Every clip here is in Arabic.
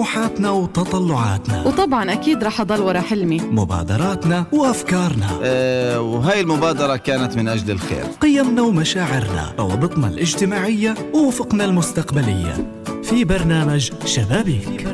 طموحاتنا وتطلعاتنا، وطبعا أكيد رح أضل ورا حلمي، مبادراتنا وأفكارنا. وهاي المبادرة كانت من أجل الخير. قيمنا ومشاعرنا، روابطنا الاجتماعية ووفقنا المستقبلية في برنامج شبابيك.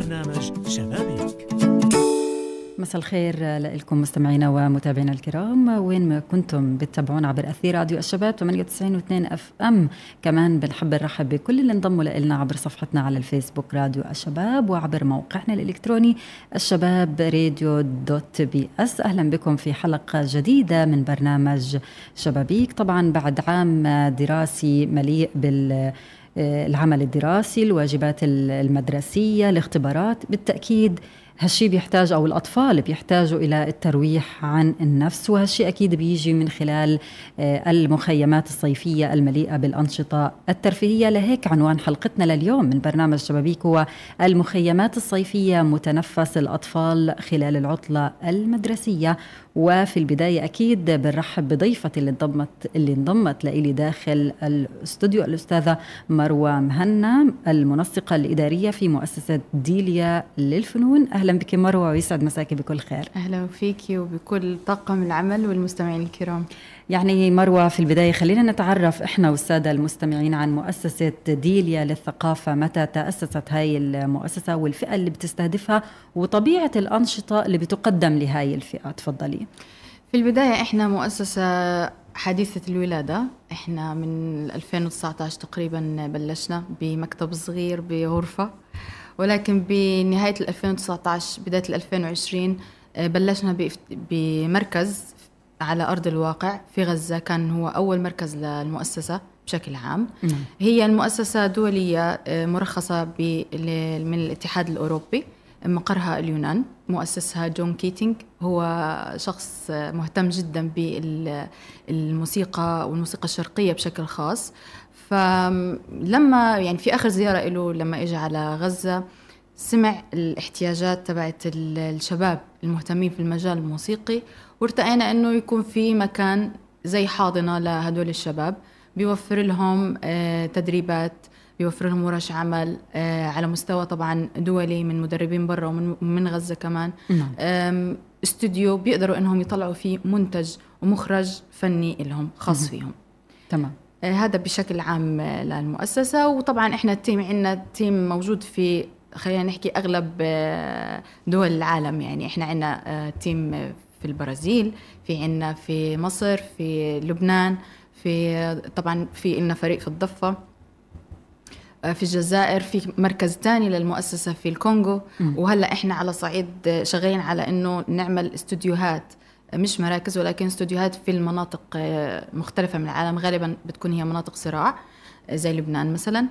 مساء الخير لكم مستمعينا ومتابعينا الكرام، وين ما كنتم بتتابعونا عبر أثير راديو الشباب 98.2 FM. كمان بنحب نرحب بكل اللي انضموا لنا عبر صفحتنا على الفيسبوك راديو الشباب، وعبر موقعنا الإلكتروني الشباب راديو .bs. أهلا بكم في حلقة جديدة من برنامج شبابيك. طبعا بعد عام دراسي مليء بالعمل الدراسي، الواجبات المدرسية، الاختبارات، بالتأكيد هالشي بيحتاج، أو الأطفال بيحتاجوا إلى الترويح عن النفس، وهالشي أكيد بيجي من خلال المخيمات الصيفية المليئة بالأنشطة الترفيهية. لهيك عنوان حلقتنا لليوم من برنامج شبابيك هو المخيمات الصيفية، متنفس الأطفال خلال العطلة المدرسية. وفي البداية أكيد بنرحب بضيفتي اللي انضمت لإلي داخل الاستوديو، الأستاذة مروة مهنا، المنسقة الإدارية في مؤسسة ديليا للفنون. أهلا بك مروة، ويسعد مساكي بكل خير. أهلا فيكي وبكل طاقم العمل والمستمعين الكرام. يعني مروة، في البداية خلينا نتعرف إحنا والسادة المستمعين عن مؤسسة ديليا للثقافة. متى تأسست هاي المؤسسة والفئة اللي بتستهدفها وطبيعة الأنشطة اللي بتقدم لهاي الفئة؟ تفضلي. في البداية إحنا مؤسسة حديثة الولادة. إحنا من 2019 تقريبا بلشنا بمكتب صغير بغرفة، ولكن بنهاية 2019 بداية 2020 بلشنا بمركز على أرض الواقع في غزة. كان هو أول مركز للمؤسسة بشكل عام. هي المؤسسة دولية مرخصة من الاتحاد الأوروبي، مقرها اليونان. مؤسسها جون كيتينغ، هو شخص مهتم جدا بالموسيقى والموسيقى الشرقية بشكل خاص. فلما يعني في آخر زيارة له لما إجا على غزة، سمع الاحتياجات تبعت الشباب المهتمين في المجال الموسيقي، وارتأينا أنه يكون في مكان زي حاضنة لهدول الشباب، بيوفر لهم تدريبات، بيوفر لهم ورش عمل على مستوى طبعا دولي من مدربين برا ومن غزة كمان. استوديو بيقدروا أنهم يطلعوا فيه منتج ومخرج فني لهم خاص فيهم. تمام. هذا بشكل عام للمؤسسة. وطبعا إحنا التيم عندنا تيم موجود في، خلينا نحكي، أغلب دول العالم. يعني إحنا عندنا تيم في البرازيل، في عندنا في مصر، في لبنان، طبعا في لنا فريق في الضفة، في الجزائر، في مركز تاني للمؤسسة في الكونغو. وهلأ إحنا على صعيد شغالين على إنه نعمل استوديوهات، مش مراكز ولكن استوديوهات في المناطق مختلفة من العالم. غالبا بتكون هي مناطق صراع زي لبنان مثلا.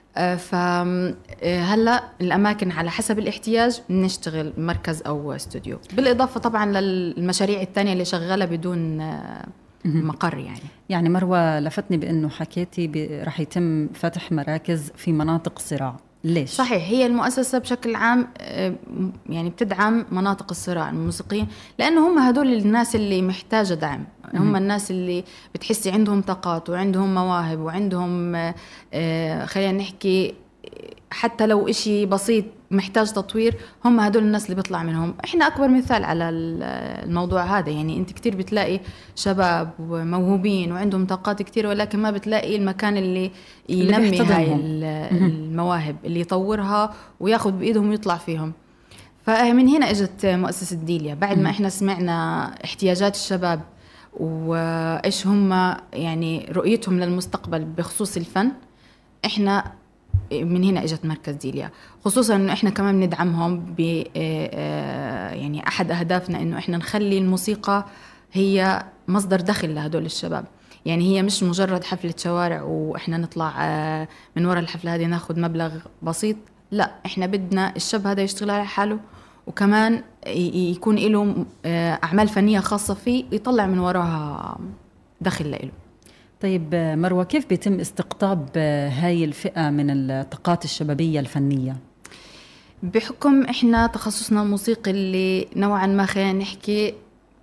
فهلأ الأماكن على حسب الاحتياج نشتغل مركز أو استوديو، بالإضافة طبعا للمشاريع التانية اللي شغالة بدون مقر. يعني مروة، لفتني بأنه حكيتي رح يتم فتح مراكز في مناطق صراع. ليش؟ صحيح، هي المؤسسة بشكل عام يعني بتدعم مناطق الصراع الموسيقيين، لأنه هم هدول الناس اللي محتاجة دعم. هم الناس اللي بتحسي عندهم طاقات وعندهم مواهب وعندهم خلينا نحكي حتى لو إشي بسيط محتاج تطوير، هم هدول الناس اللي بيطلع منهم. إحنا أكبر مثال على الموضوع هذا. يعني أنت كتير بتلاقي شباب وموهوبين وعندهم طاقات كتير، ولكن ما بتلاقي المكان اللي ينمي هاي المواهب، اللي يطورها وياخد بإيدهم ويطلع فيهم. فمن هنا إجت مؤسسة ديليا، بعد ما إحنا سمعنا احتياجات الشباب وإيش هم يعني رؤيتهم للمستقبل بخصوص الفن. إحنا من هنا اجت مركز ديليا، خصوصا انه احنا كمان بندعمهم ب يعني احد اهدافنا انه احنا نخلي الموسيقى هي مصدر دخل لهدول الشباب. يعني هي مش مجرد حفلة شوارع واحنا نطلع من وراء الحفلة هذه ناخد مبلغ بسيط، لا، احنا بدنا الشاب هذا يشتغل على حاله، وكمان يكون له اعمال فنية خاصة فيه ويطلع من وراها دخل له. طيب مروة، كيف بيتم استقطاب هاي الفئة من الطاقات الشبابية الفنية؟ بحكم إحنا تخصصنا الموسيقي اللي نوعا ما خلينا نحكي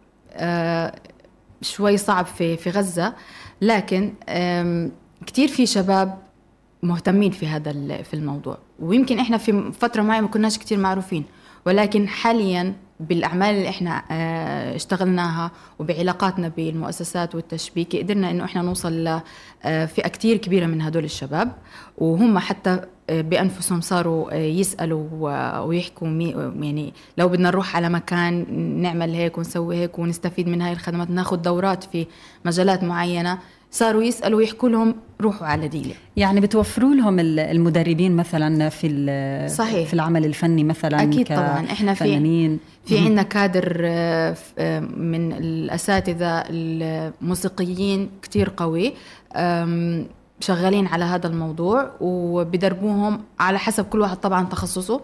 شوي صعب في غزة، لكن كتير في شباب مهتمين في هذا في الموضوع، ويمكن إحنا في فترة معينة ما كناش كتير معروفين، ولكن حالياً بالأعمال اللي إحنا اشتغلناها وبعلاقاتنا بالمؤسسات والتشبيك قدرنا إنه إحنا نوصل لفئة كتير كبيرة من هدول الشباب، وهم حتى بأنفسهم صاروا يسألوا ويحكوا يعني لو بدنا نروح على مكان نعمل هيك ونسوي هيك ونستفيد من هاي الخدمات، ناخد دورات في مجالات معينة، صاروا يسألوا ويحكوا لهم روحوا على ديلي. يعني بتوفروا لهم المدربين مثلا صحيح. في العمل الفني مثلا؟ أكيد طبعا إحنا في عندنا كادر من الأساتذة الموسيقيين كتير قوي شغالين على هذا الموضوع وبدربوهم على حسب كل واحد طبعا تخصصه.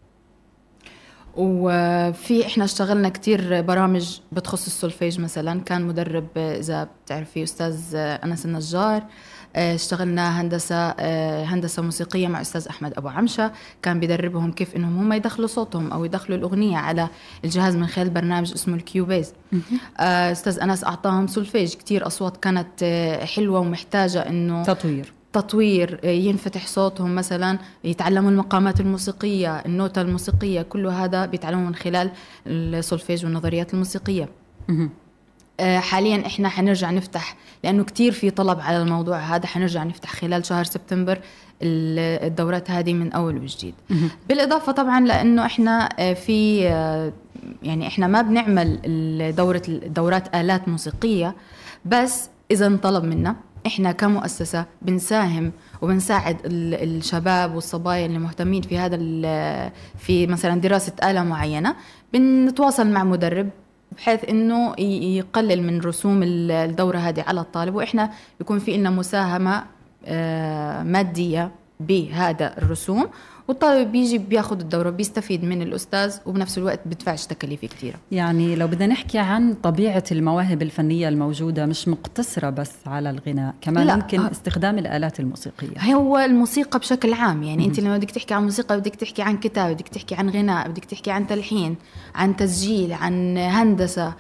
وفي احنا اشتغلنا كتير برامج بتخص السولفيج مثلا، كان مدرب اذا بتعرفي استاذ انس النجار، اشتغلنا هندسة موسيقية مع أستاذ أحمد أبو عمشة، كان بيدربهم كيف إنهم هم يدخلوا صوتهم أو يدخلوا الأغنية على الجهاز من خلال برنامج اسمه الكيوبيز. أستاذ أنس أعطاهم سولفيج، كتير أصوات كانت حلوة ومحتاجة إنه تطوير ينفتح صوتهم مثلا، يتعلموا المقامات الموسيقية، النوتة الموسيقية، كل هذا بيتعلموا من خلال السولفيج والنظريات الموسيقية. حاليا احنا حنرجع نفتح لانه كتير في طلب على الموضوع هذا، حنرجع نفتح خلال شهر سبتمبر الدورات هذه من اول وجديد. بالاضافه طبعا لانه احنا في يعني احنا ما بنعمل دورات آلات موسيقيه بس اذا انطلب منا، احنا كمؤسسه بنساهم وبنساعد الشباب والصبايا اللي مهتمين في هذا في مثلا دراسه آلة معينه، بنتواصل مع مدرب بحيث انه يقلل من رسوم الدورة هذه على الطالب، واحنا يكون في لنا مساهمة مادية بهذا الرسوم، والطالب بيجي بياخد الدورة بيستفيد من الأستاذ وبنفس الوقت بدفعش تكاليف كتيرة. يعني لو بدنا نحكي عن طبيعة المواهب الفنية الموجودة، مش مقتصرة بس على الغناء، كمان يمكن استخدام الآلات الموسيقية. هو الموسيقى بشكل عام، يعني أنت لما بدك تحكي عن موسيقى بدك تحكي عن كتاب، بدك تحكي عن غناء، بدك تحكي عن تلحين، عن تسجيل، عن هندسة،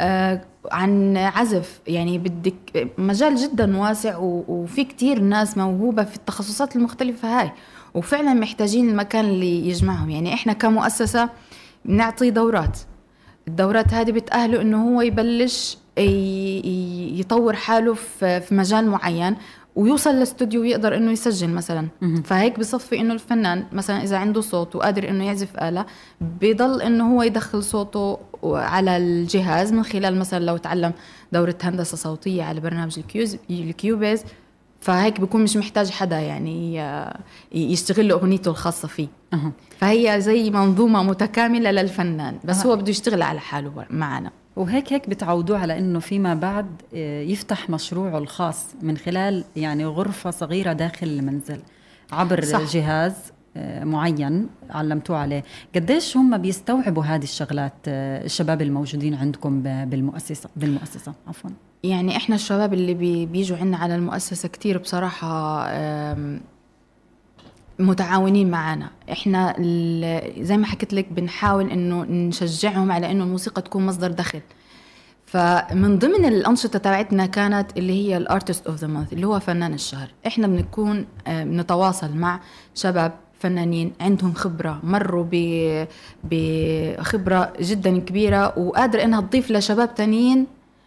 عن عزف، يعني بدك مجال جدا واسع وفي كتير ناس موهوبة في التخصصات المختلفة هاي، وفعلا محتاجين المكان اللي يجمعهم. يعني احنا كمؤسسة بنعطي دورات، الدورات هذه بتأهله انه هو يبلش يطور حاله في مجال معين ويوصل لاستوديو ويقدر انه يسجل مثلا. فهيك بصفي انه الفنان مثلا اذا عنده صوت وقادر انه يعزف آلة، بيضل انه هو يدخل صوته على الجهاز من خلال مثلا لو تعلم دورة هندسة صوتية على برنامج الكيوبيز، فهيك بيكون مش محتاج حدا يعني يشتغل له أغنيته الخاصة فيه. فهي زي منظومة متكاملة للفنان، بس هو بده يشتغل على حاله معنا. وهيك بتعودوه على إنه فيما بعد يفتح مشروعه الخاص من خلال يعني غرفة صغيرة داخل المنزل عبر جهاز معين علمتوه عليه. قديش هم بيستوعبوا هذه الشغلات الشباب الموجودين عندكم بالمؤسسة عفوا؟ يعني إحنا الشباب اللي بيجوا عنا على المؤسسة كتير بصراحة متعاونين معنا. إحنا زي ما حكيت لك بنحاول إنه نشجعهم على إنه الموسيقى تكون مصدر دخل. فمن ضمن الأنشطة تبعتنا كانت اللي هي الارتست اوف ذا مانث، اللي هو فنان الشهر. إحنا بنكون بنتواصل مع شباب فنانين عندهم خبرة، مروا بخبرة جدا كبيرة وقادر إنها تضيف لشباب تانيين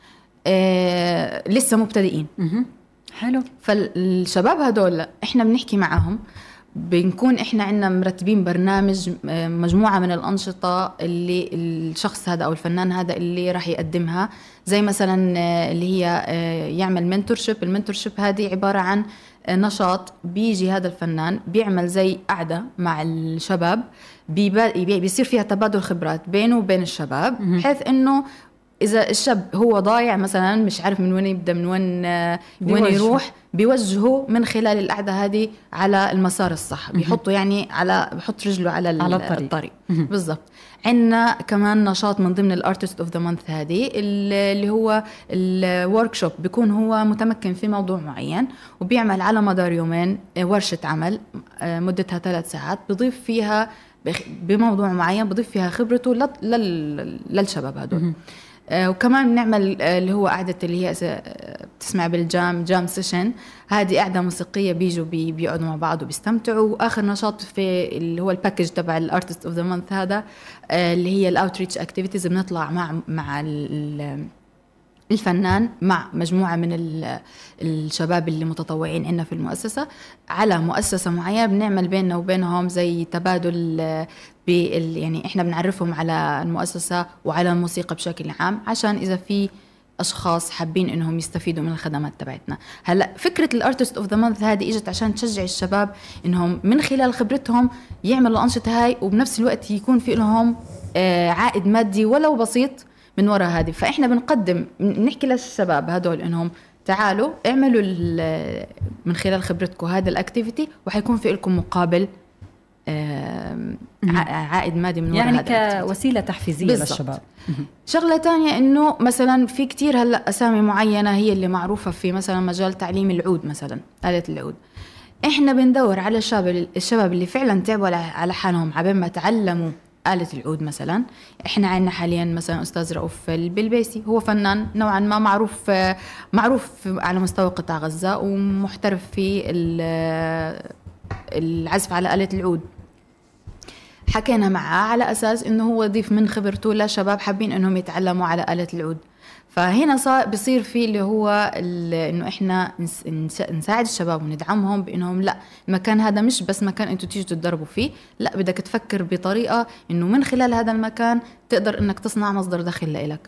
لسه مبتدئين. حلو. فالشباب هدول احنا بنحكي معهم، بنكون احنا عندنا مرتبين برنامج، مجموعة من الأنشطة اللي الشخص هذا أو الفنان هذا اللي راح يقدمها، زي مثلا اللي هي يعمل منتورشيب. المنتورشيب هذه عبارة عن نشاط بيجي هذا الفنان بيعمل زي قعدة مع الشباب، بيصير فيها تبادل خبرات بينه وبين الشباب، بحيث انه إذا الشاب هو ضايع مثلا مش عارف من وين يبدأ من وين يروح، بيوجهه من خلال القعدة هذه على المسار الصح، بيحطه يعني بيحط رجله على الطريق. بالضبط. عندنا كمان نشاط من ضمن الارتست اوف ذا مانث هذه اللي هو الوركشوب، بيكون هو متمكن في موضوع معين وبيعمل على مدار يومين ورشة عمل مدتها 3 ساعات، بيضيف فيها بموضوع معين، بضيف فيها خبرته للشباب هدول. وكمان بنعمل اللي هو قعدة اللي هي بتسمع جام سيشن. هذه قعدة موسيقية بيجوا بيقعدوا مع بعض وبيستمتعوا. وآخر نشاط في اللي هو الباكج تبع الارتست اوف ذا مانث هذا اللي هي الاوتريتش اكتيفيتيز. بنطلع مع الفنان مع مجموعة من الشباب اللي متطوعين عندنا في المؤسسة على مؤسسة معينة. بنعمل بيننا وبينهم زي تبادل يعني إحنا بنعرفهم على المؤسسة وعلى الموسيقى بشكل عام، عشان إذا في أشخاص حابين إنهم يستفيدوا من الخدمات تبعتنا. هلأ فكرة الارتست اوف ذا مانث هذه إجت عشان تشجع الشباب إنهم من خلال خبرتهم يعملوا الأنشطة هاي، وبنفس الوقت يكون في لهم عائد مادي ولو بسيط من وراء هذه. فإحنا بنقدم نحكي للشباب هدول إنهم تعالوا اعملوا من خلال خبرتكم هذا الأكتيفيتي، وحيكون في لكم مقابل عائد مادي من وراء يعني هذا كوسيلة تحفيزية بالضبط. للشباب. شغلة تانية إنه مثلا في كتير هلأ أسامي معينة هي اللي معروفة في مثلا مجال تعليم العود، مثلا آلة العود. إحنا بندور على الشباب اللي فعلا تعبوا على حالهم عبين ما تعلموا آلة العود. مثلا إحنا عندنا حاليا مثلا أستاذ رؤوف البلبيسي، هو فنان نوعا ما معروف على مستوى قطاع غزة ومحترف في العزف على آلة العود. حكينا معاه على أساس إنه هو يضيف من خبرته لشباب حابين إنهم يتعلموا على آلة العود. فهنا بصير في اللي هو إنه إحنا نساعد الشباب وندعمهم بإنهم لا، المكان هذا مش بس مكان أنتوا تيجوا تتدربوا فيه، لا بدك تفكر بطريقة إنه من خلال هذا المكان تقدر إنك تصنع مصدر دخل لإلك.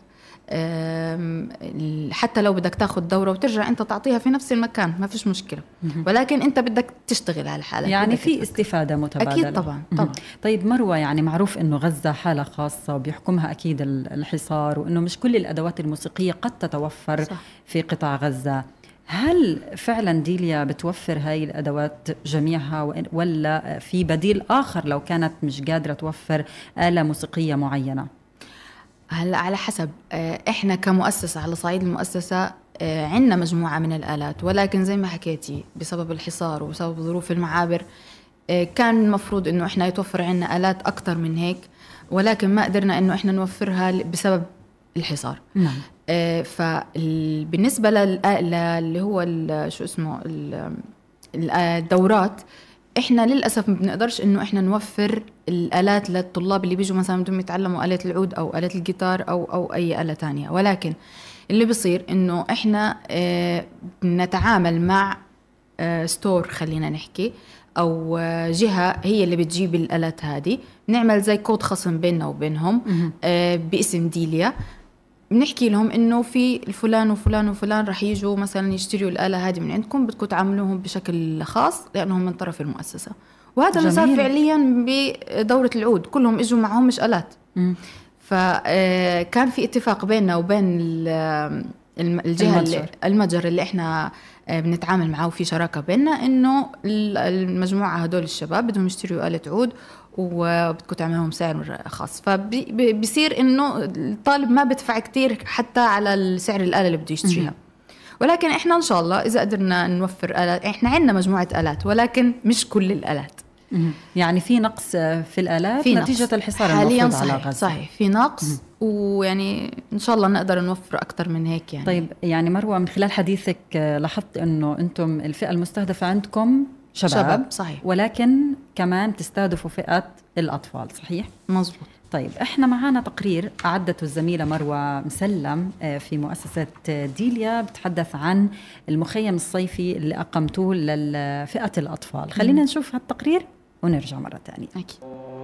حتى لو بدك تاخد دورة وترجع أنت تعطيها في نفس المكان ما فيش مشكلة، ولكن أنت بدك تشتغل على حالك، يعني في استفادة متبادلة. أكيد طبعا. طيب مروة، يعني معروف أنه غزة حالة خاصة وبيحكمها أكيد الحصار، وأنه مش كل الأدوات الموسيقية قد تتوفر صح. في قطاع غزة. هل فعلا ديليا بتوفر هاي الأدوات جميعها، ولا في بديل آخر لو كانت مش قادرة توفر آلة موسيقية معينة؟ هلا على حسب. احنا كمؤسسة على صعيد المؤسسة عندنا مجموعة من الآلات، ولكن زي ما حكيتي بسبب الحصار وبسبب ظروف المعابر كان المفروض انه احنا يتوفر عندنا آلات اكتر من هيك، ولكن ما قدرنا انه احنا نوفرها بسبب الحصار. نعم. فبالنسبة اللي هو شو اسمه الدورات، احنا للاسف ما بنقدرش انه احنا نوفر الالات للطلاب اللي بيجوا مثلا بدهم يتعلموا آلة العود او آلة الجيتار او اي آلة تانية. ولكن اللي بيصير انه احنا نتعامل مع ستور، خلينا نحكي، او جهة هي اللي بتجيب الآلات هذه، نعمل زي كود خصم بيننا وبينهم باسم ديليا. بنحكي لهم انه في الفلان وفلان وفلان رح يجوا مثلا يشتروا الآلة هذه من عندكم، بدكم تعاملوهم بشكل خاص لانهم من طرف المؤسسة. وهذا اللي صار فعليا بدورة العود، كلهم اجوا معهم مش آلات. فكان في اتفاق بيننا وبين الجهة المتجر اللي احنا بنتعامل معه، وفي شراكة بيننا انه المجموعة هدول الشباب بدهم يشتروا آلة عود وبدكم تعملهم سعر خاص. فبيصير انه الطالب ما بدفع كتير حتى على السعر الآلة اللي بده يشتريها. ولكن احنا ان شاء الله اذا قدرنا نوفر آلات، احنا عندنا مجموعة آلات ولكن مش كل الآلات. يعني في نقص في الآلات في نتيجة الحصار المفروض على غزة. صحيح في نقص، ويعني إن شاء الله نقدر نوفر أكتر من هيك يعني. طيب يعني مروة، من خلال حديثك لاحظت أنه أنتم الفئة المستهدفة عندكم شباب صحيح، ولكن كمان تستهدفوا فئة الأطفال، صحيح؟ مظبوط. طيب احنا معانا تقرير أعدته الزميلة مروة مسلم في مؤسسة ديليا، بتحدث عن المخيم الصيفي اللي أقمتوه لفئة الأطفال. خلينا نشوف هالتقرير ونرجع مرة تانية. أكيد.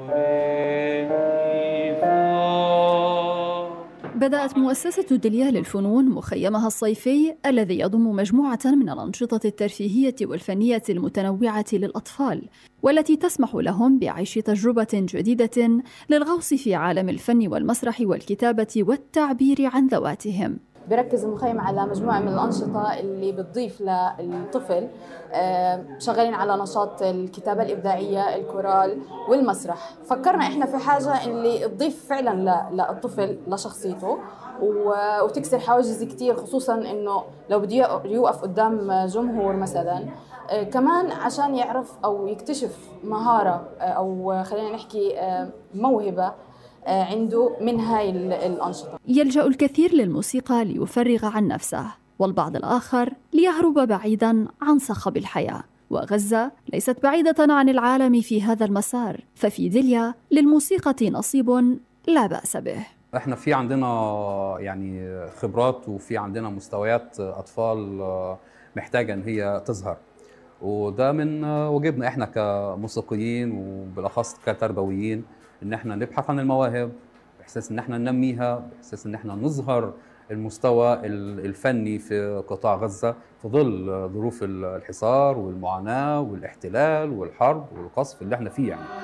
بدأت مؤسسة ديليا للفنون مخيمها الصيفي الذي يضم مجموعة من الأنشطة الترفيهية والفنية المتنوعة للأطفال، والتي تسمح لهم بعيش تجربة جديدة للغوص في عالم الفن والمسرح والكتابة والتعبير عن ذواتهم. بركز المخيم على مجموعة من الأنشطة اللي بتضيف للطفل، شغالين على نشاط الكتابة الإبداعية، الكورال والمسرح. فكرنا إحنا في حاجة اللي تضيف فعلا للطفل لشخصيته وتكسر حواجز كتير، خصوصا إنه لو بده يوقف قدام جمهور مثلا، كمان عشان يعرف أو يكتشف مهارة أو خلينا نحكي موهبة عنده من هاي الأنشطة. يلجأ الكثير للموسيقى ليفرغ عن نفسه، والبعض الآخر ليهرب بعيداً عن صخب الحياة. وغزة ليست بعيدة عن العالم في هذا المسار، ففي دليا للموسيقى نصيب لا بأس به. احنا في عندنا يعني خبرات، وفي عندنا مستويات أطفال محتاجة إن هي تظهر، وده من واجبنا احنا كموسيقيين وبالأخص كتربويين إن احنا نبحث عن المواهب بإحساس إن احنا ننميها، بإحساس إن احنا نظهر المستوى الفني في قطاع غزة في ظل ظروف الحصار والمعاناة والاحتلال والحرب والقصف اللي احنا فيه يعني.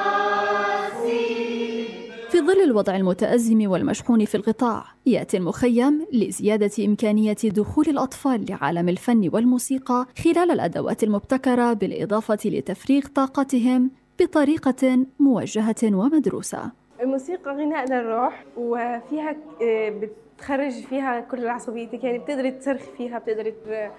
في ظل الوضع المتأزم والمشحون في القطاع، يأتي المخيم لزيادة إمكانية دخول الأطفال لعالم الفن والموسيقى خلال الأدوات المبتكرة، بالإضافة لتفريغ طاقتهم بطريقة موجهة ومدروسة. الموسيقى غناء للروح، وفيها بتخرج فيها كل عصبيتك، يعني بتقدري تصرخي فيها، بتقدري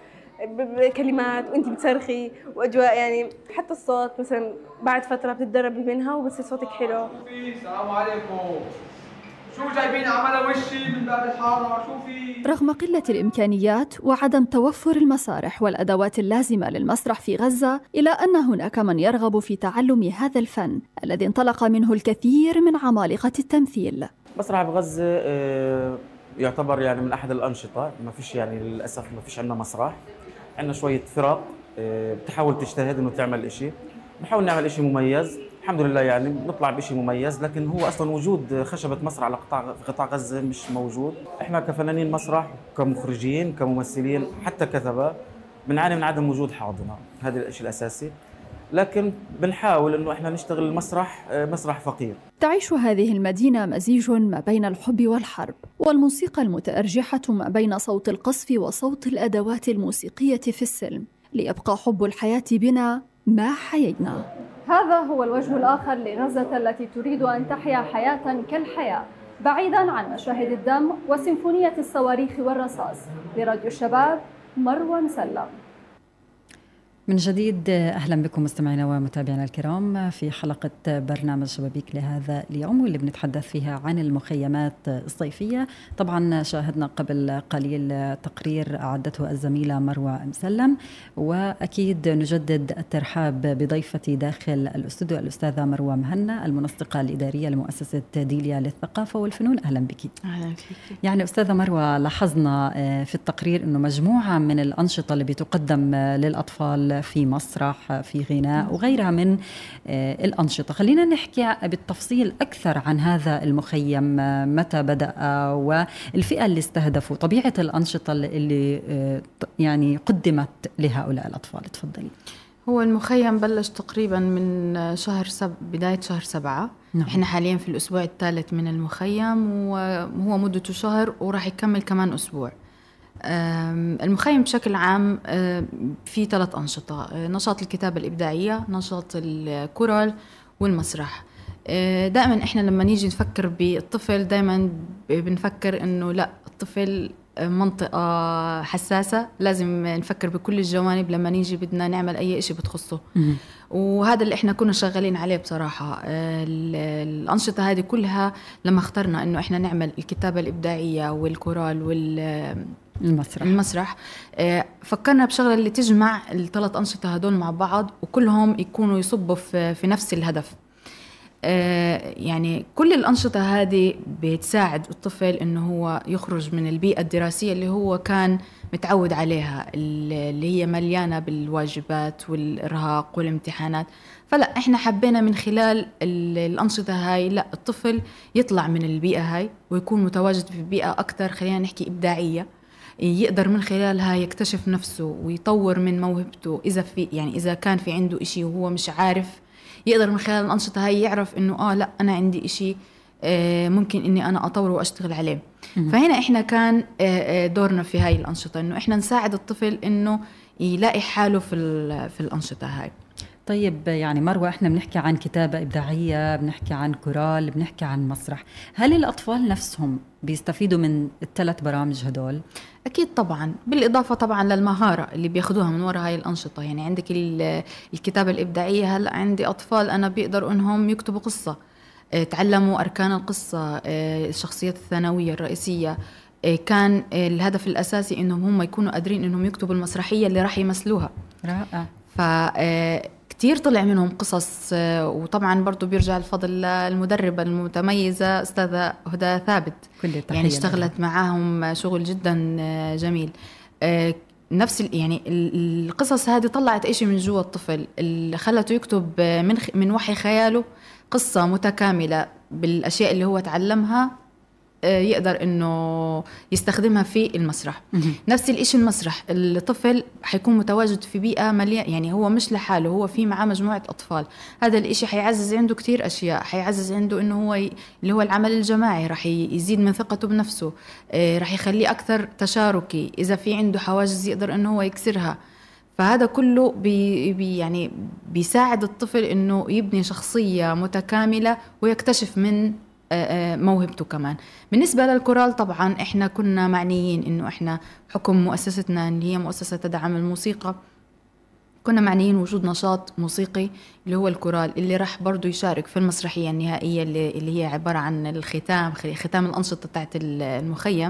بكلمات وانت بتصرخي واجواء، يعني حتى الصوت مثلا بعد فتره بتتدربي منها وبصير صوتك حلو. السلام عليكم، شو جايبين عمل وشي من باب الحاره؟ شوفي. رغم قله الامكانيات وعدم توفر المسارح والادوات اللازمه للمسرح في غزه، الا ان هناك من يرغب في تعلم هذا الفن الذي انطلق منه الكثير من عمالقه التمثيل. مسرح بغزه يعتبر يعني من احد الانشطه، ما فيش يعني للاسف ما فيش عندنا مسرح. عندنا شويه فرق بتحاول تجتهد انه تعمل إشي، بنحاول نعمل إشي مميز الحمد لله، يعني بنطلع بإشي مميز، لكن هو اصلا وجود خشبه مسرح على في قطاع غزه مش موجود. احنا كفنانين مسرح، كمخرجين، كممثلين، حتى كتبه بنعاني من عدم وجود حاضنه، هذا الشيء الاساسي، لكن بنحاول انه احنا نشتغل المسرح مسرح فقير. تعيش هذه المدينة مزيج ما بين الحب والحرب، والموسيقى المتأرجحة ما بين صوت القصف وصوت الأدوات الموسيقية في السلم، ليبقى حب الحياة بنا ما حيينا. هذا هو الوجه الآخر لغزة التي تريد أن تحيا حياة كالحياة، بعيداً عن مشاهد الدم وسيمفونية الصواريخ والرصاص. لراديو الشباب، مروى مسلم. من جديد أهلا بكم مستمعينا ومتابعينا الكرام في حلقة برنامج شبابيك لهذا اليوم، واللي بنتحدث فيها عن المخيمات الصيفية. طبعا شاهدنا قبل قليل تقرير أعدته الزميلة مروى مسلم، وأكيد نجدد الترحاب بضيفتي داخل الاستوديو الأستاذة مروى مهنا، المنسقة الإدارية لمؤسسة ديليا للثقافة والفنون. أهلا بك. أهلا فيك. يعني أستاذة مروى، لاحظنا في التقرير أنه مجموعة من الأنشطة اللي بتقدم للأطفال في مسرح، في غناء وغيرها من الأنشطة. خلينا نحكي بالتفصيل أكثر عن هذا المخيم، متى بدأ والفئة اللي استهدفوا، طبيعة الأنشطة اللي يعني قدمت لهؤلاء الأطفال. تفضلي. هو المخيم بلش تقريبا من بداية شهر 7. نعم. احنا حاليا في الأسبوع الثالث من المخيم، وهو مدته شهر وراح يكمل كمان أسبوع. المخيم بشكل عام في 3 أنشطة: نشاط الكتابة الإبداعية، نشاط الكورال، والمسرح. دائما إحنا لما نيجي نفكر بالطفل دائما بنفكر إنه لا، الطفل منطقة حساسة، لازم نفكر بكل الجوانب لما نيجي بدنا نعمل أي إشي بتخصه. وهذا اللي إحنا كنا شغالين عليه بصراحة. الأنشطة هذه كلها لما اخترنا إنه إحنا نعمل الكتابة الإبداعية والكورال المسرح، فكرنا بشغلة اللي تجمع ال3 أنشطة هدول مع بعض، وكلهم يكونوا يصبوا في نفس الهدف. يعني كل الأنشطة هذه بتساعد الطفل إنه هو يخرج من البيئة الدراسية اللي هو كان متعود عليها، اللي هي مليانة بالواجبات والإرهاق والامتحانات. فلا، إحنا حبينا من خلال الأنشطة هاي لا، الطفل يطلع من البيئة هاي ويكون متواجد في بيئة أكتر، خلينا نحكي إبداعية، يقدر من خلالها يكتشف نفسه ويطور من موهبته. إذا كان في عنده إشي وهو مش عارف، يقدر من خلال الأنشطة هاي يعرف إنه لا، أنا عندي إشي ممكن إني أنا أطوره وأشتغل عليه. فهنا إحنا كان دورنا في هاي الأنشطة إنه إحنا نساعد الطفل إنه يلاقي حاله في الأنشطة هاي. طيب، يعني مروة، احنا بنحكي عن كتابة إبداعية، بنحكي عن كورال، بنحكي عن مسرح. هل الأطفال نفسهم بيستفيدوا من ال3 برامج هدول؟ أكيد طبعا، بالإضافة طبعا للمهارة اللي بياخدوها من وراء هاي الأنشطة. يعني عندك الكتابة الإبداعية، هلأ عندي أطفال أنا بيقدروا إنهم يكتبوا قصة، تعلموا أركان القصة، الشخصيات الثانوية الرئيسية. كان الهدف الأساسي إنهم هم يكونوا قادرين إنهم يكتبوا المسرحية اللي راح يمثلوها. رائع. كتير طلع منهم قصص. وطبعا برضو بيرجع الفضل للمدربة المتميزة أستاذة هدى ثابت، يعني اشتغلت معاهم شغل جدا جميل. نفس يعني القصص هذه طلعت إشي من جوا الطفل اللي خلته يكتب من وحي خياله قصة متكاملة بالأشياء اللي هو تعلمها، يقدر إنه يستخدمها في المسرح. نفس الإشي المسرح، الطفل حيكون متواجد في بيئة مليانة، يعني هو مش لحاله، هو في معاه مجموعة أطفال. هذا الإشي حيعزز عنده كتير أشياء، حيعزز عنده إنه هو اللي هو العمل الجماعي، راح يزيد من ثقته بنفسه، راح يخليه أكثر تشاركي. إذا في عنده حواجز يقدر إنه هو يكسرها. فهذا كله يعني بيساعد الطفل إنه يبني شخصية متكاملة ويكتشف من موهبته كمان. بالنسبة للكورال طبعا احنا كنا معنيين انه احنا حكم مؤسستنا اللي هي مؤسسة تدعم الموسيقى، كنا معنيين وجود نشاط موسيقي اللي هو الكورال، اللي راح برضو يشارك في المسرحية النهائية اللي هي عبارة عن ختام الأنشطة تاعت المخيم.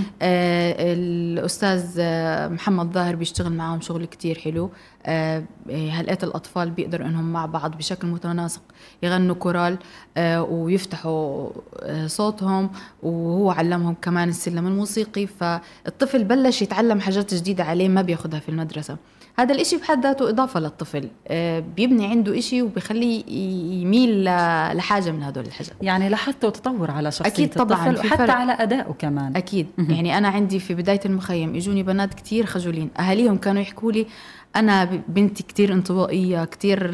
الأستاذ محمد ظاهر بيشتغل معهم شغل كتير حلو. هلقات الأطفال بيقدروا إنهم مع بعض بشكل متناسق يغنوا كورال ويفتحوا صوتهم، وهو علمهم كمان السلم الموسيقي. فالطفل بلش يتعلم حاجات جديدة عليه ما بياخدها في المدرسة. هذا الإشي بحد ذاته إضافة للطفل، بيبني عنده إشي وبيخليه يميل لحاجة من هدول الحاجات. يعني لاحظتوا تطور على شخصية أكيد طبعاً الطفل وحتى على أدائه كمان. أكيد. يعني أنا عندي في بداية المخيم إجوني بنات كتير خجولين، أهاليهم كانوا يحكوا لي أنا بنتي كتير انطوائية كتير،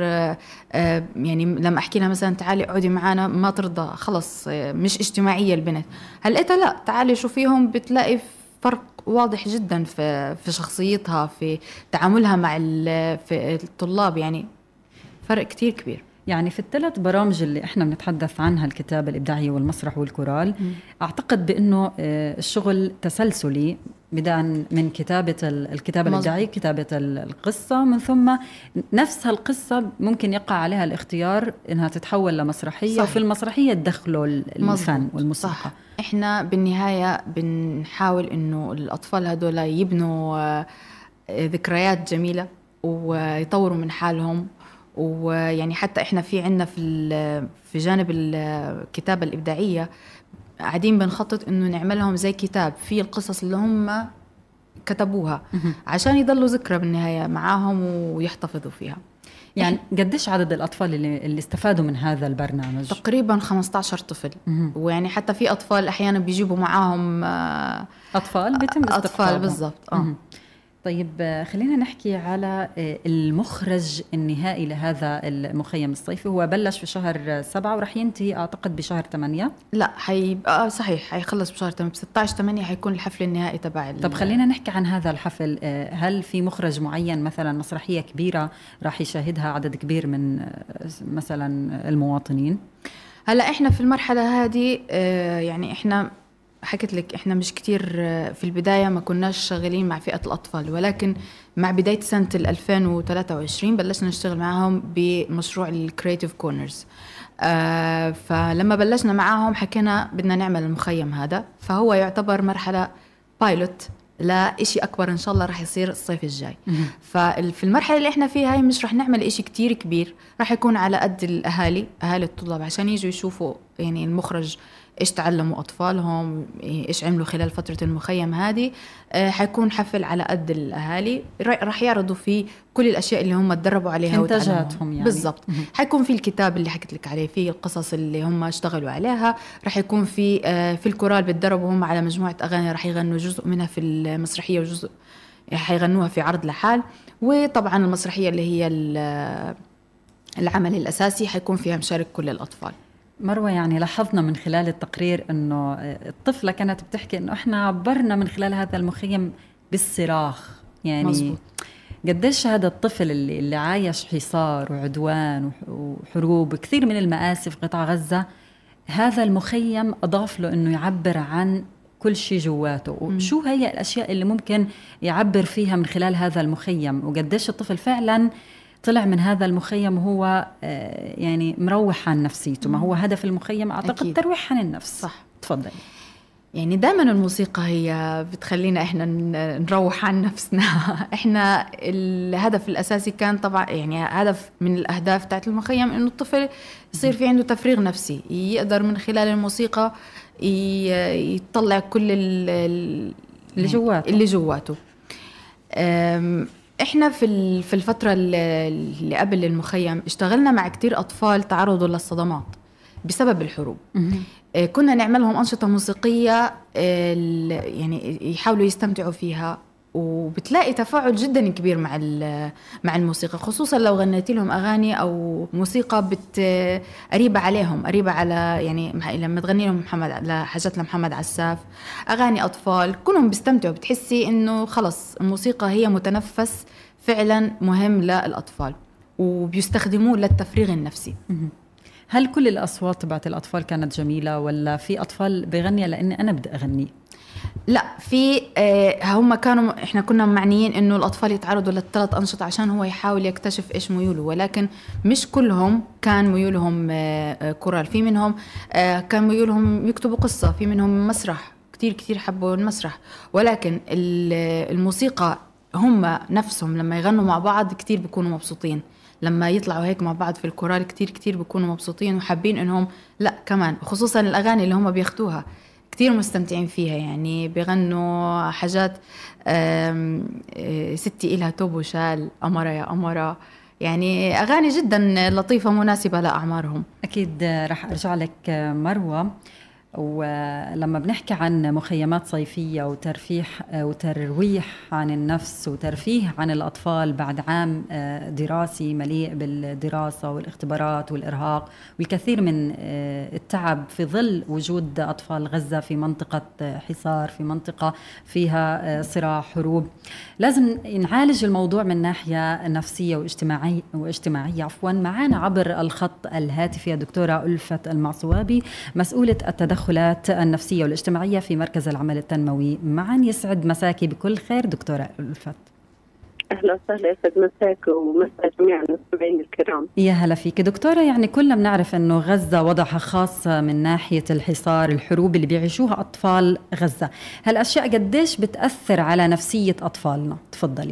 يعني لما أحكي لها مثلا تعالي اقعدي معنا ما ترضى، خلص مش اجتماعية البنت. هلقيتها لا، تعالي شوفيهم بتلاقي فرق واضح جدا في شخصيتها، في تعاملها مع في الطلاب، يعني فرق كتير كبير. يعني في الثلاث برامج اللي احنا بنتحدث عنها، الكتابة الإبداعية والمسرح والكورال، أعتقد بأنه الشغل تسلسلي، بدءا من كتابة الكتابة الإبداعية، كتابة القصة، من ثم نفس القصة ممكن يقع عليها الاختيار إنها تتحول لمسرحية، وفي المسرحية تدخلوا الفن والموسيقى. صح. إحنا بالنهاية بنحاول إنه الأطفال هدول يبنوا ذكريات جميلة ويطوروا من حالهم. ويعني حتى إحنا عنا في جانب الكتابة الإبداعية قاعدين بنخطط إنه نعملهم زي كتاب فيه القصص اللي هم كتبوها عشان يضلوا ذكرى بالنهاية معاهم ويحتفظوا فيها. يعني قديش عدد الأطفال اللي استفادوا من هذا البرنامج؟ تقريبا 15 طفل. ويعني حتى في أطفال أحيانا بيجيبوا معاهم أطفال بيتم استقطابهم. أطفال بالضبط. طيب خلينا نحكي على المخرج النهائي لهذا المخيم الصيفي. هو بلش في شهر 7 ورح ينتهي أعتقد بشهر 8. لا صحيح حيخلص بشهر 8. 16/8 حيكون الحفل النهائي تبع. طب خلينا نحكي عن هذا الحفل. هل في مخرج معين، مثلا مسرحية كبيرة راح يشاهدها عدد كبير من مثلا المواطنين؟ هلا احنا في المرحلة هذه يعني احنا حكيت لك احنا مش كتير في البداية ما كناش شغالين مع فئة الأطفال، ولكن مع بداية سنة 2023 بلشنا نشتغل معهم بمشروع الكرياتيف كورنرز. فلما بلشنا معهم حكينا بدنا نعمل المخيم هذا، فهو يعتبر مرحلة بايلوت لإشي أكبر إن شاء الله رح يصير الصيف الجاي. ففي المرحلة اللي إحنا فيها هاي مش رح نعمل إشي كتير كبير، رح يكون على قد أهالي الطلاب عشان يجوا يشوفوا يعني المخرج إيش تعلموا أطفالهم، إيش عملوا خلال فترة المخيم هذه. حيكون حفل على قد الأهالي، رح يعرضوا فيه كل الأشياء اللي هم تدربوا عليها إنتاجاتهم يعني. بالضبط. حيكون في الكتاب اللي حكيت لك عليه، فيه القصص اللي هم اشتغلوا عليها. رح يكون في الكورال بتدربوا هم على مجموعة أغاني رح يغنوا جزء منها في المسرحية وجزء حيغنوها في عرض لحال. وطبعا المسرحية اللي هي العمل الأساسي حيكون فيها مشارك كل الأطفال. مروة، يعني لاحظنا من خلال التقرير أنه الطفلة كانت بتحكي أنه إحنا عبرنا من خلال هذا المخيم بالصراخ. يعني مزبوط. قديش هذا الطفل اللي عايش حصار وعدوان وحروب كثير من المآسي في قطاع غزة، هذا المخيم أضاف له أنه يعبر عن كل شيء جواته. وشو هي الأشياء اللي ممكن يعبر فيها من خلال هذا المخيم، وقديش الطفل فعلا طلع من هذا المخيم وهو يعني مروح عن نفسيته. ما هو هدف المخيم أعتقد أكيد. ترويح عن النفس. صح. تفضلي. يعني دائما الموسيقى هي بتخلينا احنا نروح عن نفسنا. احنا الهدف الاساسي كان طبعا يعني هدف من الاهداف تاعت المخيم انه الطفل يصير في عنده تفريغ نفسي، يقدر من خلال الموسيقى يطلع كل اللي جواته. احنا في الفترة اللي قبل المخيم اشتغلنا مع كتير اطفال تعرضوا للصدمات بسبب الحروب. كنا نعملهم أنشطة موسيقية يعني يحاولوا يستمتعوا فيها، وبتلاقي تفاعل جدا كبير مع الموسيقى، خصوصا لو غنيتي لهم أغاني أو موسيقى قريبة عليهم، قريبة على يعني لما تغني لهم حاجات لمحمد عساف، أغاني أطفال، كلهم بيستمتعوا. بتحسي إنه خلص الموسيقى هي متنفس فعلا مهم للأطفال وبيستخدموه للتفريغ النفسي. هل كل الأصوات تبعت الأطفال كانت جميلة ولا في أطفال بغني لأني أنا بدي أغني؟ لا، في هم احنا كنا معنيين انه الاطفال يتعرضوا للثلاث انشطه عشان هو يحاول يكتشف ايش ميوله، ولكن مش كلهم كان ميولهم كورال. في منهم كان ميولهم يكتبوا قصه، في منهم مسرح، كتير حبوا المسرح. ولكن الموسيقى هم نفسهم لما يغنوا مع بعض كتير بيكونوا مبسوطين، لما يطلعوا هيك مع بعض في الكورال كتير بيكونوا مبسوطين وحابين انهم لا كمان، خصوصا الاغاني اللي هم بياخدوها كتير مستمتعين فيها. يعني بيغنوا حاجات ستي إلها توب وشال، أمرة يا أمرة، يعني أغاني جدا لطيفة مناسبة لأعمارهم. أكيد رح أرجع لك مروة. ولما بنحكي عن مخيمات صيفية وترويح عن النفس وترفيه عن الأطفال بعد عام دراسي مليء بالدراسة والاختبارات والإرهاق والكثير من التعب في ظل وجود أطفال غزة في منطقة حصار، في منطقة فيها صراع حروب، لازم نعالج الموضوع من ناحية نفسية واجتماعية. معانا عبر الخط الهاتفي دكتورة ألفت المعصوابي، مسؤولة التدخلات النفسية والاجتماعية في مركز العمل التنموي. معا يسعد مساكي بكل خير دكتورة ألفت. أهلا وسهلا، يسعد مساك ومسا جميع المستمعين الكرام. يا هلا فيك دكتورة. يعني كلنا بنعرف أنه غزة وضعها خاص من ناحية الحصار، الحروب اللي بيعيشوها أطفال غزة، هالأشياء قديش بتأثر على نفسية أطفالنا؟ تفضلي.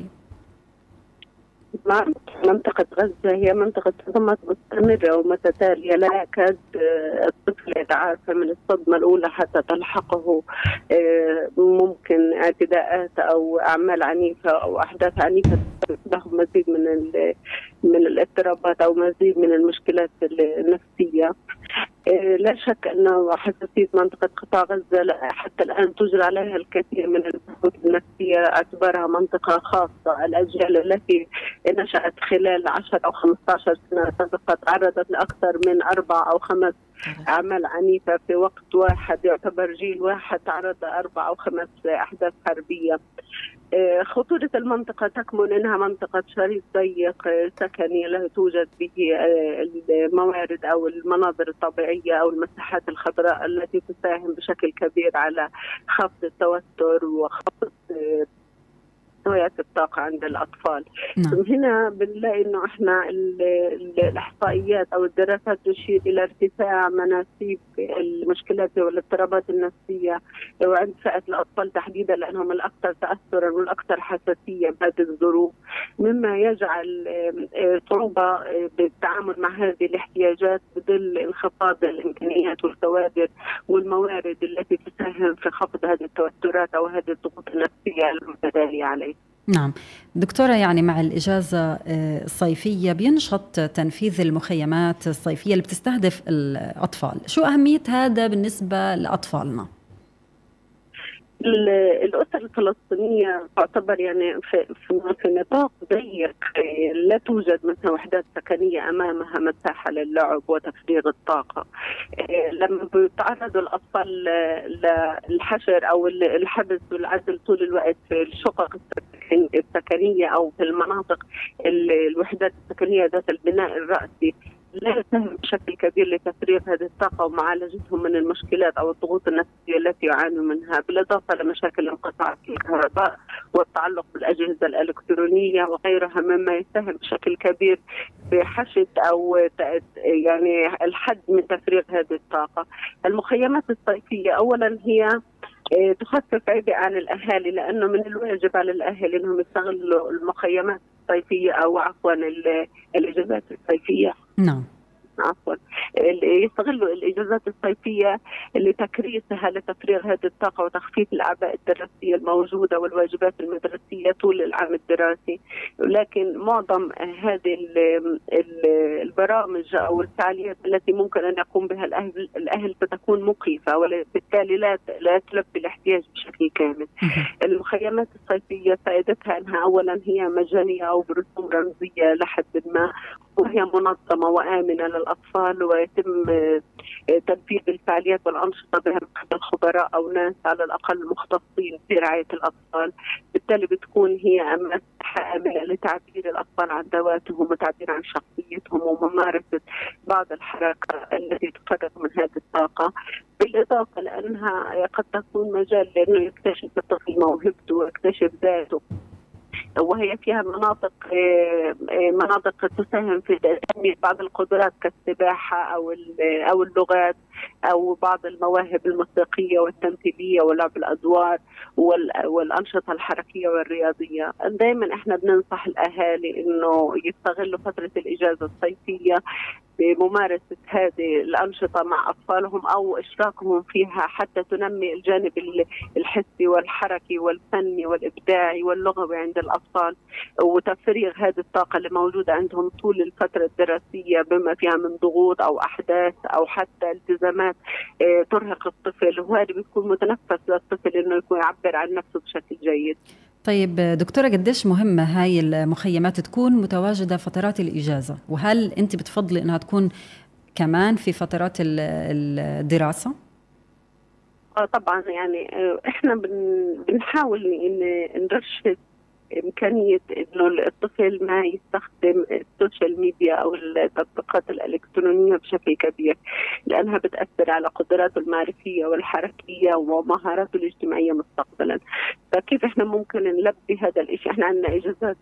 منطقة غزة هي منطقة صدمات مستمرة ومتتالية، لا يكاد الطفل يتعافى من الصدمة الأولى حتى تلحقه ممكن اعتداءات أو أعمال عنيفة أو أحداث عنيفة له مزيد من الاضطرابات أو مزيد من المشكلات النفسية. لا شك أنه حساسية منطقة قطاع غزة حتى الآن تجرى عليها الكثير من البحوث النفسية، اعتبارها منطقة خاصة. الأجيال التي نشأت خلال 10 أو 15 سنة سابقة تعرضت لأكثر من 4 أو 5 أعمال عنيفة في وقت واحد، يعتبر جيل واحد تعرض ل4 أو 5 أحداث حربية. خطورة المنطقة تكمن أنها منطقة شريط ضيق سكني لا توجد به الموارد أو المناظر الطبيعية أو المساحات الخضراء التي تساهم بشكل كبير على خفض التوتر وخفض مستويات الطاقة عند الأطفال. هنا بنلاقي إنه إحنا الإحصائيات أو الدراسات تشير إلى ارتفاع مناسيب المشكلات والاضطرابات النفسية وعند فئة الأطفال تحديدا، لأنهم الأكثر تأثرا والأكثر حساسية بهذه الظروف، مما يجعل صعوبة بالتعامل مع هذه الاحتياجات بظل انخفاض الإمكانيات والكوادر والموارد التي تساهم في خفض هذه التوترات أو هذه الضغوط النفسية المتتالية عليه. نعم دكتورة، يعني مع الإجازة الصيفية بينشط تنفيذ المخيمات الصيفية اللي بتستهدف الأطفال، شو أهمية هذا بالنسبة لأطفالنا؟ الأسر الفلسطينية تعتبر يعني في نطاق ضيق، لا توجد مثلا وحدات سكنية أمامها مساحة للعب وتفريغ الطاقة. لما بيتعرضوا الأطفال للحشر أو الحبس والعزل طول الوقت في الشقق السكنية أو في المناطق الوحدات السكنية ذات البناء الرأسي، لا يساهم بشكل كبير لتفريغ هذه الطاقة ومعالجتهم من المشكلات أو الضغوط النفسية التي يعانوا منها، بالإضافة لمشاكل انقطاع الكهرباء والتعلق بالأجهزة الإلكترونية وغيرها مما يساهم بشكل كبير بحشد أو يعني الحد من تفريغ هذه الطاقة. المخيمات الصيفية أولا هي تخفف عبء عن الأهالي، لأنه من الواجب على الأهالي أنهم يستغلوا المخيمات الصيفية أو عفوا الإجازات الصيفية. نعم. عفوا يستغلوا الإجازات الصيفية لتكريسها لتفريغ هذه الطاقة وتخفيف الأعباء الدراسية الموجودة والواجبات المدرسية طول العام الدراسي. ولكن معظم هذه البرامج أو الفعاليات التي ممكن أن يقوم بها الأهل ستكون مكلفة وبالتالي لا تلبي الاحتياج بشكل كامل. المخيمات الصيفية فائدتها أنها أولا هي مجانية أو برسوم رمزية لحد ما، وهي منظمة وآمنة للأطفال، ويتم تنفيذ الفعاليات والأنشطة بها من قبل خبراء أو ناس على الأقل مختصين في رعاية الأطفال. بالتالي بتكون هي مساحة آمنة لتعبير الأطفال عن ذواتهم وتعبير عن شخصيتهم وممارسة بعض الحركات التي تفرغ من هذه الطاقة، بالإضافة لأنها قد تكون مجال لأنه يكتشف الطفل موهبته ويكتشف ذاته، وهي فيها مناطق تساهم في تنمية بعض القدرات كالسباحة أو اللغات أو بعض المواهب الموسيقية والتمثيلية ولعب الأدوار والأنشطة الحركية والرياضية. دائما احنا بننصح الأهالي إنه يستغلوا فترة الإجازة الصيفية بممارسة هذه الأنشطة مع أطفالهم أو إشراكهم فيها حتى تنمي الجانب الحسي والحركي والفني والإبداعي واللغوي عند الأطفال، وتفريغ هذه الطاقة اللي موجودة عندهم طول الفترة الدراسية بما فيها من ضغوط أو أحداث أو حتى التزامات ترهق الطفل، وهذا بيكون متنفس للطفل إنه يكون يعبر عن نفسه بشكل جيد. طيب دكتورة، قديش مهمة هاي المخيمات تكون متواجدة فترات الإجازة؟ وهل أنت بتفضلي أنها تكون كمان في فترات الدراسة؟ طبعا يعني احنا بنحاول ان نرشد إمكانية إنه الطفل ما يستخدم السوشيال ميديا أو التطبيقات الإلكترونية بشكل كبير، لأنها بتأثر على قدراته المعرفية والحركية ومهاراته الاجتماعية مستقبلا. فكيف إحنا ممكن نلبي هذا الإشي؟ إحنا عندنا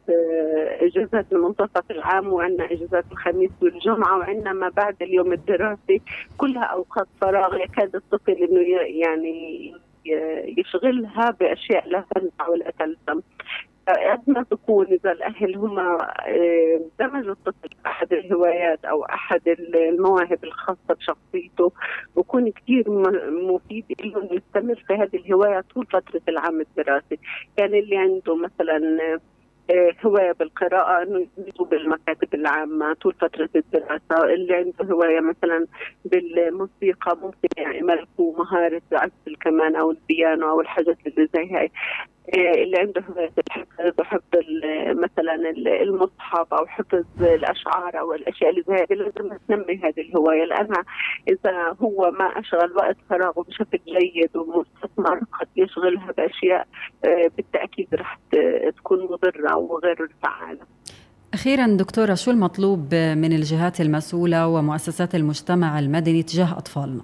إجازات منتصف العام، وعندنا إجازات الخميس والجمعة، وعندنا ما بعد اليوم الدراسي، كلها أوقات فراغ يكاد الطفل إنه يعني يشغلها بأشياء لا تنفع ولا تلزم. أزمة تكون إذا الأهل هم دمجوا الطفل في أحد الهوايات أو أحد المواهب الخاصة بشخصيته، بكون كثير مفيد إنه يستمر في هذه الهواية طول فترة العام الدراسي. يعني اللي عنده مثلا هواية بالقراءة إنه يدمجوا بالمكاتب العامة طول فترة الدراسة. اللي عنده هواية مثلا بالموسيقى ممكن يملكوا مهارة عزف الكمان أو البيانو أو الحاجات اللي زي هاي. اللي عنده هواية الحفظ وحفظ مثلا المصحف أو حفظ الأشعار أو الأشياء اللي زي هذه، لازم تنمي هذه الهواية، لأنها إذا هو ما أشغل وقت فراغه بشكل جيد ومستثمر قد يشغلها بأشياء بالتأكيد رح تكون مضرة وغير فعالة. أخيرا دكتورة، شو المطلوب من الجهات المسؤولة ومؤسسات المجتمع المدني تجاه أطفالنا؟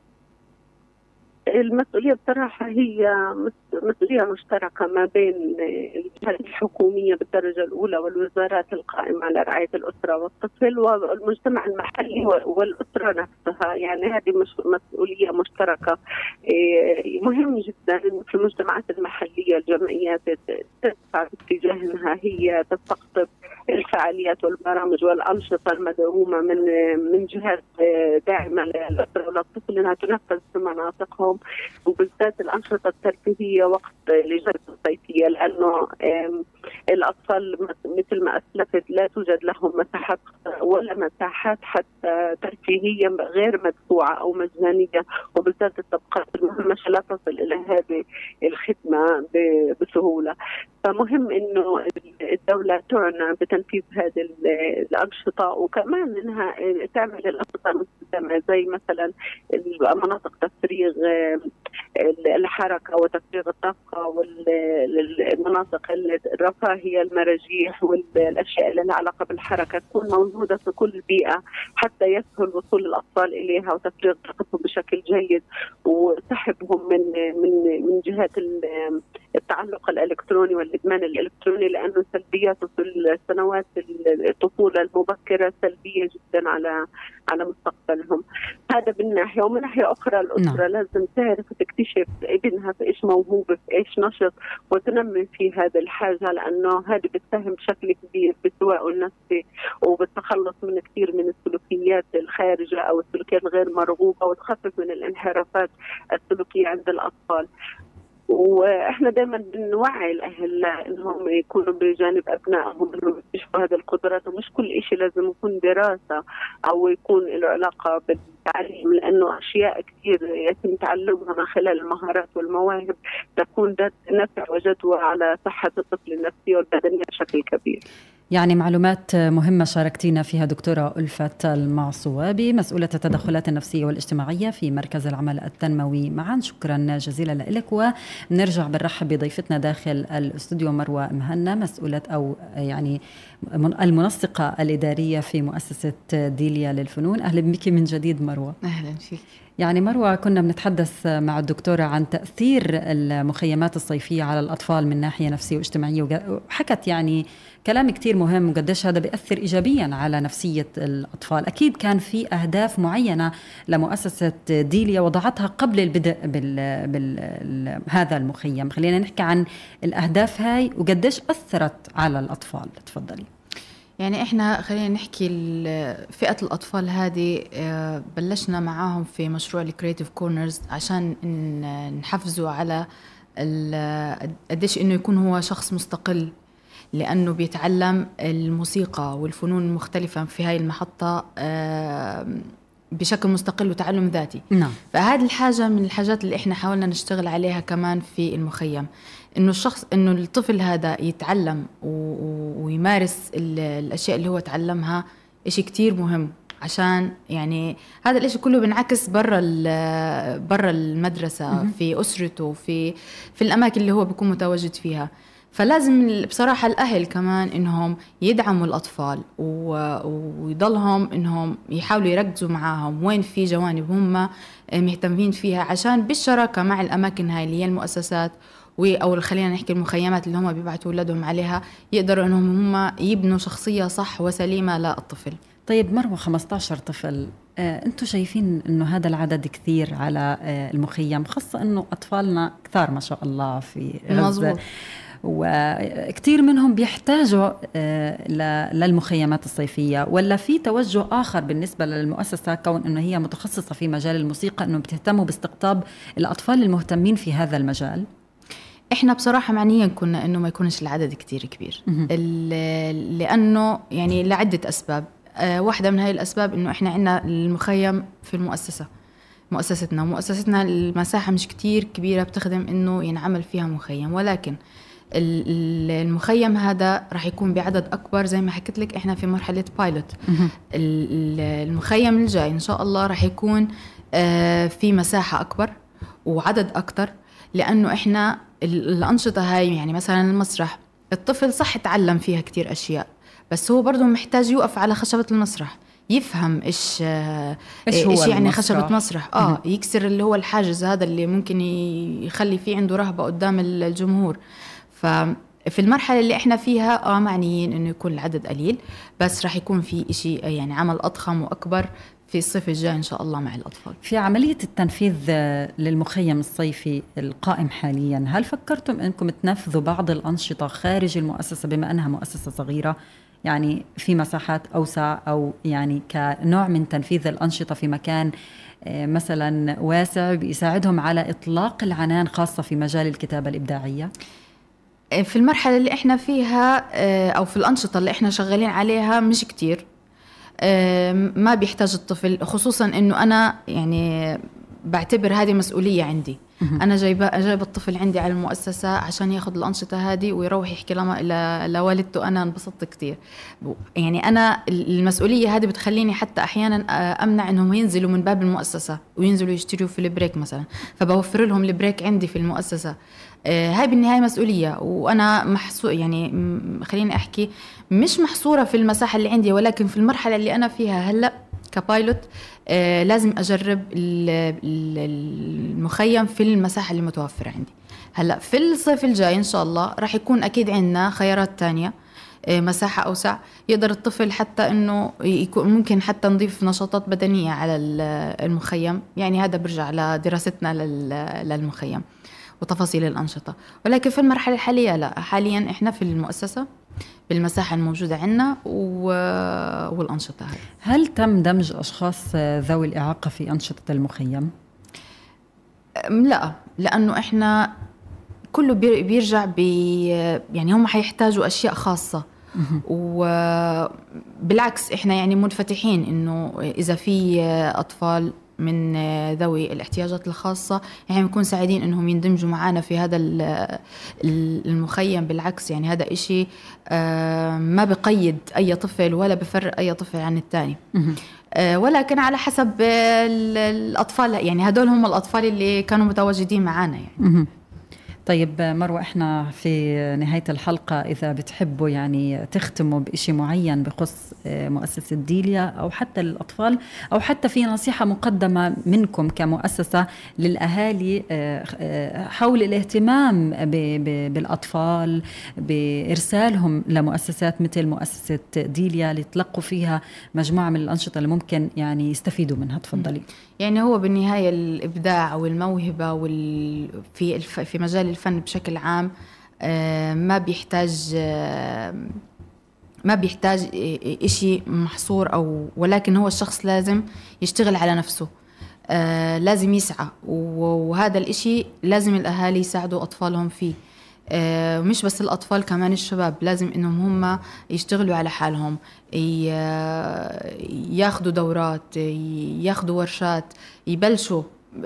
المسؤولية بصراحة هي مسؤولية مشتركة ما بين الجهات الحكومية بالدرجة الأولى والوزارات القائمة على رعاية الأسرة والطفل والمجتمع المحلي والأسرة نفسها. يعني هذه مسؤولية مشتركة. مهم جدا في المجتمعات المحلية الجمعيات تسعى باتجاه أنها هي تستقطب الفعاليات والبرامج والأنشطة المدعومة من جهات داعمة للأسرة والطفل أنها تنفذ في مناطقهم، وبالذات الأنشطة الترفيهية وقت الإجازة الصيفية، لأنه الأطفال مثل ما أسلفت لا توجد لهم مساحات ولا مساحات حتى ترفيهية غير مدفوعة أو مجانية، وبالذات الطبقات المهمشة لا تصل إلى هذه الخدمة بسهولة. فمهم إنه الدولة تعنى بتنفيذ هذه الأنشطة، وكمان إنها تعمل الأنشطة المستدامة زي مثلا مناطق تفريغ الحركة وتفريغ الطاقة والمناطق الرفاهية، المراجيح والأشياء اللي لها علاقة بالحركة تكون موجودة في كل بيئة حتى يسهل وصول الأطفال إليها وتفريغ طاقتهم بشكل جيد وسحبهم من جهة التعلق الإلكتروني والإدمان الإلكتروني، لأنه سلبياته في السنوات الطفولة المبكرة سلبية جدا على مستقبلهم. هذا من ناحية، ومن ناحية أخرى الأسرة لازم تعرف وتكتشف ابنها في إيش موهوب، في إيش نشط، وتنمي في هذا الحاجة، لأنه هذه بتساهم بشكل كبير بسواء النفسي وبالتخلص من كثير من السلوكيات الخارجة أو السلوكيات الغير مرغوبة، وتخفف من الانحرافات السلوكية عند الأطفال. واحنا دائما بنوعي الاهل انهم يكونوا بجانب ابنائهم انهم يكتشفوا هذه القدرات، ومش كل شيء لازم يكون دراسه او يكون له علاقه بالتعليم، لانه اشياء كثير يتم تعلمها من خلال المهارات والمواهب تكون ذات نفع وجدوى على صحه الطفل النفسيه والبدنيه بشكل كبير. يعني معلومات مهمة شاركتينا فيها دكتورة ألفت المعصوابي، مسؤولة التدخلات النفسية والاجتماعية في مركز العمل التنموي معا. شكرا جزيلا لك. ونرجع بنرحب بضيفتنا داخل الاستوديو مروة مهنا، مسؤولة أو يعني المنسقة الإدارية في مؤسسة ديليا للفنون. أهلا بك من جديد مروة. أهلا فيك. يعني مروة، كنا بنتحدث مع الدكتورة عن تأثير المخيمات الصيفية على الأطفال من ناحية نفسية واجتماعية، وحكت يعني كلام كتير مهم وقديش هذا بيأثر إيجابيا على نفسية الأطفال. أكيد كان في أهداف معينة لمؤسسة ديليا وضعتها قبل البدء هذا المخيم. خلينا نحكي عن الأهداف هاي وقديش أثرت على الأطفال. تفضلي. يعني إحنا خلينا نحكي فئة الأطفال هذه بلشنا معاهم في مشروع الكرياتيف كورنرز عشان نحفزوا على قديش إنه يكون هو شخص مستقل، لأنه بيتعلم الموسيقى والفنون المختلفة في هاي المحطة بشكل مستقل وتعلم ذاتي. نعم. فهذه الحاجة من الحاجات اللي إحنا حاولنا نشتغل عليها كمان في المخيم، إنه الطفل هذا يتعلم ويمارس الأشياء اللي هو تعلمها. إشي كتير مهم، عشان يعني هذا الإشي كله بنعكس برا المدرسة، في أسرته، في الأماكن اللي هو بيكون متواجد فيها. فلازم بصراحة الأهل كمان إنهم يدعموا الأطفال ويضلهم إنهم يحاولوا يركزوا معاهم وين في جوانب هم مهتمين فيها، عشان بالشراكة مع الأماكن هاي اللي هي المؤسسات أو خلينا نحكي المخيمات اللي هم بيبعتوا أولادهم عليها، يقدروا إنهم هم يبنوا شخصية صح وسليمة للطفل. طيب مروة، 15 طفل، أنتوا شايفين أنه هذا العدد كثير على المخيم، خاصة أنه أطفالنا كثار ما شاء الله في غزة، وكثير منهم بيحتاجوا للمخيمات الصيفية، ولا في توجه آخر بالنسبة للمؤسسة كون أنه هي متخصصة في مجال الموسيقى أنه بتهتموا باستقطاب الأطفال المهتمين في هذا المجال؟ إحنا بصراحة معنيا كنا أنه ما يكونش العدد كتير كبير، لأنه يعني لعدة أسباب. واحدة من هاي الأسباب أنه إحنا عندنا المخيم في مؤسستنا المساحة مش كتير كبيرة بتخدم أنه ينعمل فيها مخيم، ولكن المخيم هذا راح يكون بعدد أكبر. زي ما حكيت لك إحنا في مرحلة بايلوت. المخيم الجاي إن شاء الله راح يكون في مساحة أكبر وعدد أكتر، لأنه إحنا الأنشطة هاي يعني مثلا المسرح، الطفل صح يتعلم فيها كتير أشياء، بس هو برضو محتاج يوقف على خشبة المسرح، يفهم إيش يعني خشبة مسرح، يكسر اللي هو الحاجز هذا اللي ممكن يخلي فيه عنده رهبة قدام الجمهور. ففي المرحلة اللي احنا فيها معنيين انه يكون العدد قليل، بس راح يكون في اشي يعني عمل اضخم واكبر في الصيف الجاي ان شاء الله مع الاطفال. في عملية التنفيذ للمخيم الصيفي القائم حاليا، هل فكرتم انكم تنفذوا بعض الانشطة خارج المؤسسة بما انها مؤسسة صغيرة، يعني في مساحات اوسع، او يعني كنوع من تنفيذ الانشطة في مكان مثلا واسع بيساعدهم على اطلاق العنان خاصة في مجال الكتابة الابداعية؟ في المرحلة اللي احنا فيها أو في الأنشطة اللي احنا شغالين عليها مش كتير، ما بيحتاج الطفل، خصوصا انه انا يعني بعتبر هذه مسؤولية عندي. أنا جايبة الطفل عندي على المؤسسة عشان ياخد الأنشطة هذه ويروح يحكي لوالدته أنا انبسطت كتير. يعني أنا المسؤولية هذه بتخليني حتى أحيانا أمنع إنهم ينزلوا من باب المؤسسة وينزلوا يشتروا في البريك مثلا، فبوفر لهم البريك عندي في المؤسسة. هاي بالنهاية مسؤولية، وأنا يعني خليني أحكي مش محصورة في المساحة اللي عندي، ولكن في المرحلة اللي أنا فيها هلأ كبايلوت لازم أجرب المخيم في المساحة اللي متوفرة عندي. هلأ في الصيف الجاي إن شاء الله راح يكون أكيد عندنا خيارات تانية، مساحة أوسع يقدر الطفل حتى إنه يكون ممكن حتى نضيف نشاطات بدنية على المخيم. يعني هذا برجع لدراستنا للمخيم وتفاصيل الأنشطة. ولكن في المرحلة الحالية لا، حاليا إحنا في المؤسسة بالمساحة الموجودة عندنا والأنشطة هاي. هل تم دمج أشخاص ذوي الإعاقة في أنشطة المخيم؟ لا، لأنه إحنا كله بيرجع يعني هم حيحتاجوا أشياء خاصة، وبالعكس إحنا يعني منفتحين إنه إذا في أطفال من ذوي الاحتياجات الخاصة يعني بنكون سعيدين إنهم يندمجوا معنا في هذا المخيم. بالعكس يعني هذا إشي ما بقيد أي طفل ولا بفرق أي طفل عن التاني، ولكن على حسب الأطفال. يعني هدول هم الأطفال اللي كانوا متواجدين معنا يعني. طيب مروة، احنا في نهاية الحلقة إذا بتحبوا يعني تختموا بإشي معين بخص مؤسسة ديليا أو حتى للأطفال، أو حتى في نصيحة مقدمة منكم كمؤسسة للأهالي حول الاهتمام بالأطفال، بإرسالهم لمؤسسات مثل مؤسسة ديليا ليتلقوا فيها مجموعة من الأنشطة اللي ممكن يعني يستفيدوا منها. تفضلي. يعني هو بالنهاية الإبداع والموهبة في مجال الفن بشكل عام ما بيحتاج إشي محصور ولكن هو الشخص لازم يشتغل على نفسه، لازم يسعى، وهذا الإشي لازم الأهالي يساعدوا أطفالهم فيه. مش بس الأطفال، كمان الشباب لازم إنهم هم يشتغلوا على حالهم، ياخدوا دورات، ياخدوا ورشات، يبلشوا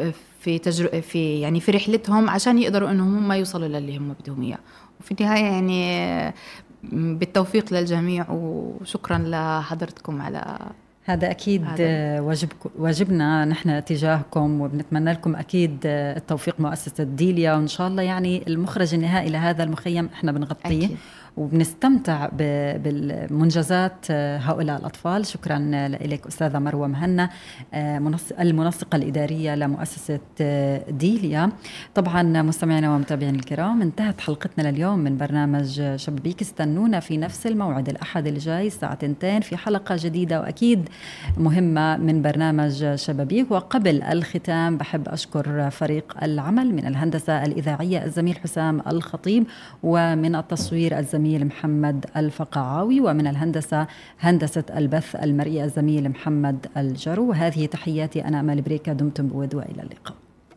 في رحلتهم عشان يقدروا إنهم هم يوصلوا للي هم بدهم إياه. وفي النهاية يعني بالتوفيق للجميع، وشكرا لحضرتكم على هذا. أكيد واجبنا نحن تجاهكم، وبنتمنى لكم أكيد التوفيق مؤسسة ديليا، وإن شاء الله يعني المخرج النهائي لهذا المخيم إحنا بنغطيه أكيد، وبنستمتع بالمنجزات هؤلاء الأطفال. شكرا لك أستاذة مروة مهنا، المنسقة الإدارية لمؤسسة ديليا. طبعا مستمعينا ومتابعينا الكرام، انتهت حلقتنا لليوم من برنامج شبابيك. استنونا في نفس الموعد الأحد الجاي الساعة 2 في حلقة جديدة وأكيد مهمة من برنامج شبابيك. وقبل الختام بحب أشكر فريق العمل من الهندسة الإذاعية الزميل حسام الخطيب، ومن التصوير الزميل محمد الفقعاوي، ومن هندسة البث المرئي الزميل محمد الجرو. وهذه تحياتي أنا أمال بريكا، دمتم بود وإلى اللقاء.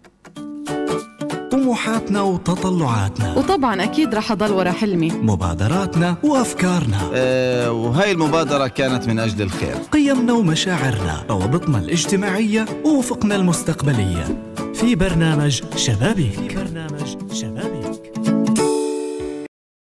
طموحاتنا وتطلعاتنا، وطبعا أكيد رح أضل ورا حلمي، مبادراتنا وأفكارنا، وهاي المبادرة كانت من أجل الخير، قيمنا ومشاعرنا، روابطنا الاجتماعية وأفقنا المستقبلية، في برنامج شبابيك.